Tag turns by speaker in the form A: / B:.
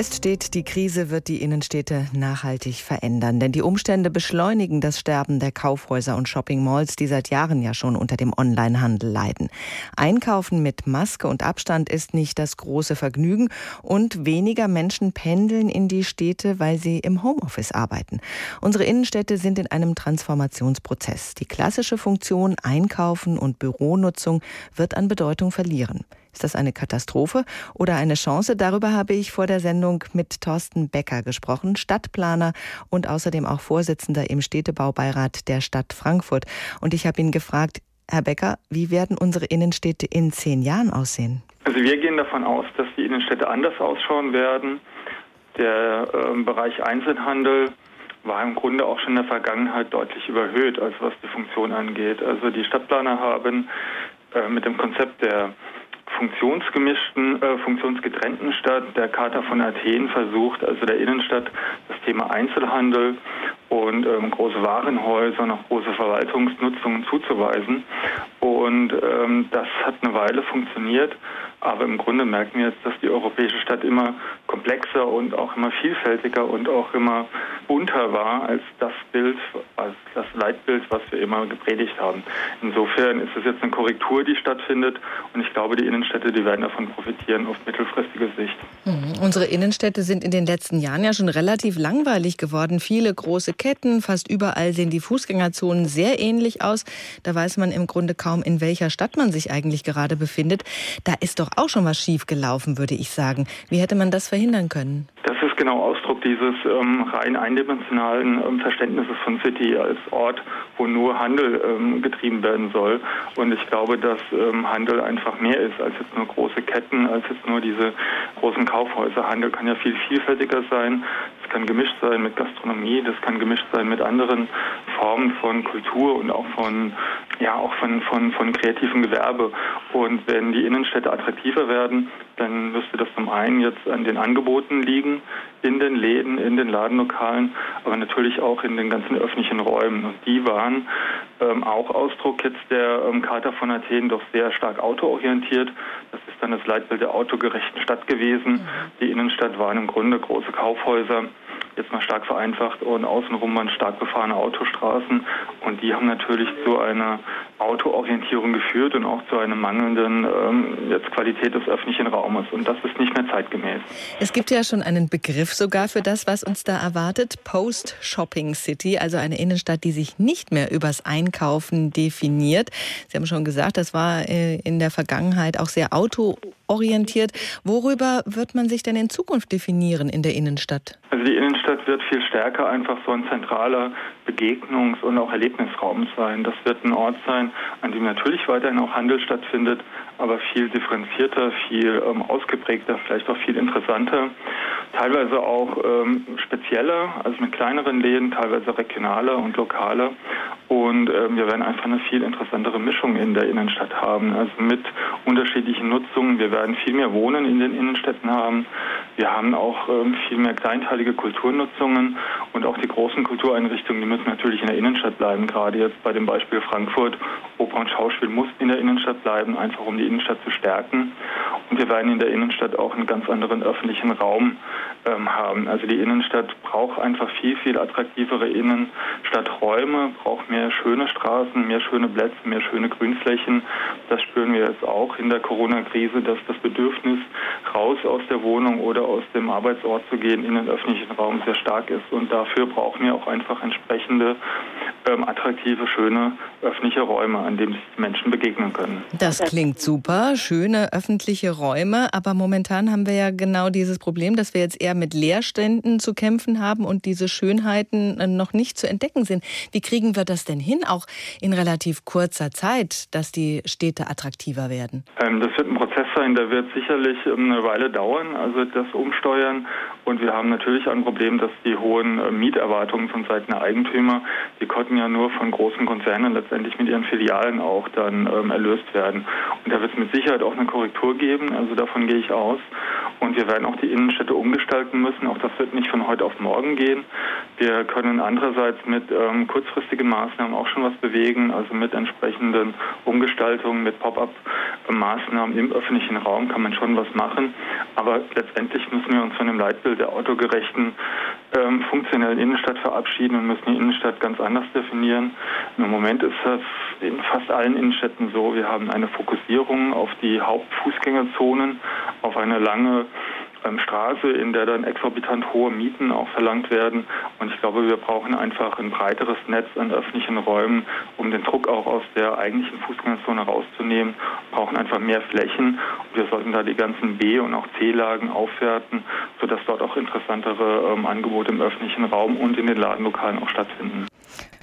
A: Fest steht, die Krise wird die Innenstädte nachhaltig verändern. Denn die Umstände beschleunigen das Sterben der Kaufhäuser und Shoppingmalls, die seit Jahren ja schon unter dem Onlinehandel leiden. Einkaufen mit Maske und Abstand ist nicht das große Vergnügen. Und weniger Menschen pendeln in die Städte, weil sie im Homeoffice arbeiten. Unsere Innenstädte sind in einem Transformationsprozess. Die klassische Funktion Einkaufen und Büronutzung wird an Bedeutung verlieren. Ist das eine Katastrophe oder eine Chance? Darüber habe ich vor der Sendung mit Thorsten Becker gesprochen, Stadtplaner und außerdem auch Vorsitzender im Städtebaubeirat der Stadt Frankfurt. Und ich habe ihn gefragt, Herr Becker, wie werden unsere Innenstädte in 10 Jahren aussehen?
B: Also wir gehen davon aus, dass die Innenstädte anders ausschauen werden. Der Bereich Einzelhandel war im Grunde auch schon in der Vergangenheit deutlich überhöht, also was die Funktion angeht. Also die Stadtplaner haben mit dem Konzept der funktionsgetrennten Stadt, der Charta von Athen versucht, also der Innenstadt, das Thema Einzelhandel und große Warenhäuser und auch große Verwaltungsnutzungen zuzuweisen. Und das hat eine Weile funktioniert, aber im Grunde merken wir jetzt, dass die europäische Stadt immer komplexer und auch immer vielfältiger und auch immer bunter war als das Bild, als das Leitbild, was wir immer gepredigt haben. Insofern ist es jetzt eine Korrektur, die stattfindet, und ich glaube, die Innenstädte, die werden davon profitieren auf mittelfristige Sicht.
A: Unsere Innenstädte sind in den letzten Jahren ja schon relativ langweilig geworden. Viele große Ketten, fast überall sehen die Fußgängerzonen sehr ähnlich aus. Da weiß man im Grunde kaum, in welcher Stadt man sich eigentlich gerade befindet. Da ist doch auch schon was schief gelaufen, würde ich sagen. Wie hätte man das verhindern können?
B: Das ist genau Ausdruck dieses rein eindimensionalen Verständnisses von City als Ort, wo nur Handel getrieben werden soll. Und ich glaube, dass Handel einfach mehr ist als jetzt nur große Ketten, als jetzt nur diese großen Kaufhäuser. Handel kann ja viel vielfältiger sein. Es kann gemischt sein mit Gastronomie, das kann gemischt sein mit anderen Formen von Kultur und auch von kreativem Gewerbe. Und wenn die Innenstädte attraktiver werden, dann müsste das zum einen jetzt an den Angeboten liegen, in den Läden, in den Ladenlokalen, aber natürlich auch in den ganzen öffentlichen Räumen. Und die waren auch Ausdruck jetzt der Charta von Athen, doch sehr stark autoorientiert. Das ist dann das Leitbild der autogerechten Stadt gewesen. Die Innenstadt waren im Grunde große Kaufhäuser, jetzt mal stark vereinfacht, und außenrum waren stark befahrene Autostraßen, und die haben natürlich zu einer Autoorientierung geführt und auch zu einer mangelnden Qualität des öffentlichen Raumes, und das ist nicht mehr zeitgemäß.
A: Es gibt ja schon einen Begriff sogar für das, was uns da erwartet, Post-Shopping City, also eine Innenstadt, die sich nicht mehr übers Einkaufen definiert. Sie haben schon gesagt, das war in der Vergangenheit auch sehr autoorientiert. Worüber wird man sich denn in Zukunft definieren in der Innenstadt?
B: Also die Innenstadt wird viel stärker einfach so ein zentraler Begegnungs- und auch Erlebnisraum sein. Das wird ein Ort sein, an dem natürlich weiterhin auch Handel stattfindet, aber viel differenzierter, viel ausgeprägter, vielleicht auch viel interessanter. Teilweise auch spezieller, also mit kleineren Läden, teilweise regionaler und lokaler. Und wir werden einfach eine viel interessantere Mischung in der Innenstadt haben, also mit unterschiedlichen Nutzungen. Wir werden viel mehr Wohnen in den Innenstädten haben. Wir haben auch viel mehr kleinteilige Kulturnutzungen, und auch die großen Kultureinrichtungen, die müssen natürlich in der Innenstadt bleiben. Gerade jetzt bei dem Beispiel Frankfurt, Oper und Schauspiel muss in der Innenstadt bleiben, einfach um die Innenstadt zu stärken. Und wir werden in der Innenstadt auch einen ganz anderen öffentlichen Raum haben. Also die Innenstadt braucht einfach viel, viel attraktivere Innenstadträume, braucht mehr schöne Straßen, mehr schöne Plätze, mehr schöne Grünflächen. Das spüren wir jetzt auch in der Corona-Krise, dass das Bedürfnis, raus aus der Wohnung oder aus dem Arbeitsort zu gehen, in den öffentlichen Raum sehr stark ist. Und dafür brauchen wir auch einfach entsprechende attraktive, schöne öffentliche Räume, an denen sich die Menschen begegnen können.
A: Das klingt super, schöne öffentliche Räume, aber momentan haben wir ja genau dieses Problem, dass wir jetzt eher mit Leerständen zu kämpfen haben und diese Schönheiten noch nicht zu entdecken sind. Wie kriegen wir das denn hin, auch in relativ kurzer Zeit, dass die Städte attraktiver werden?
B: Das wird ein Prozess sein, der wird sicherlich eine Weile dauern, also das Umsteuern. Und wir haben natürlich ein Problem, dass die hohen Mieterwartungen von Seiten der Eigentümer, die konnten ja nur von großen Konzernen letztendlich mit ihren Filialen auch dann erlöst werden. Und da wird es mit Sicherheit auch eine Korrektur geben, also davon gehe ich aus. Und wir werden auch die Innenstädte umgestalten müssen, auch das wird nicht von heute auf morgen gehen. Wir können andererseits mit kurzfristigen Maßnahmen auch schon was bewegen, also mit entsprechenden Umgestaltungen, mit Pop-up-Maßnahmen im öffentlichen Raum kann man schon was machen. Aber letztendlich müssen wir uns von dem Leitbild der autogerechten, funktionellen Innenstadt verabschieden und müssen die Innenstadt ganz anders definieren. Im Moment ist das in fast allen Innenstädten so, wir haben eine Fokussierung auf die Hauptfußgängerzonen, auf eine lange Straße, in der dann exorbitant hohe Mieten auch verlangt werden. Und ich glaube, wir brauchen einfach ein breiteres Netz an öffentlichen Räumen, um den Druck auch aus der eigentlichen Fußgängerzone rauszunehmen. Wir brauchen einfach mehr Flächen. Und wir sollten da die ganzen B- und auch C-Lagen aufwerten, sodass dort auch interessantere Angebote im öffentlichen Raum und in den Ladenlokalen auch stattfinden.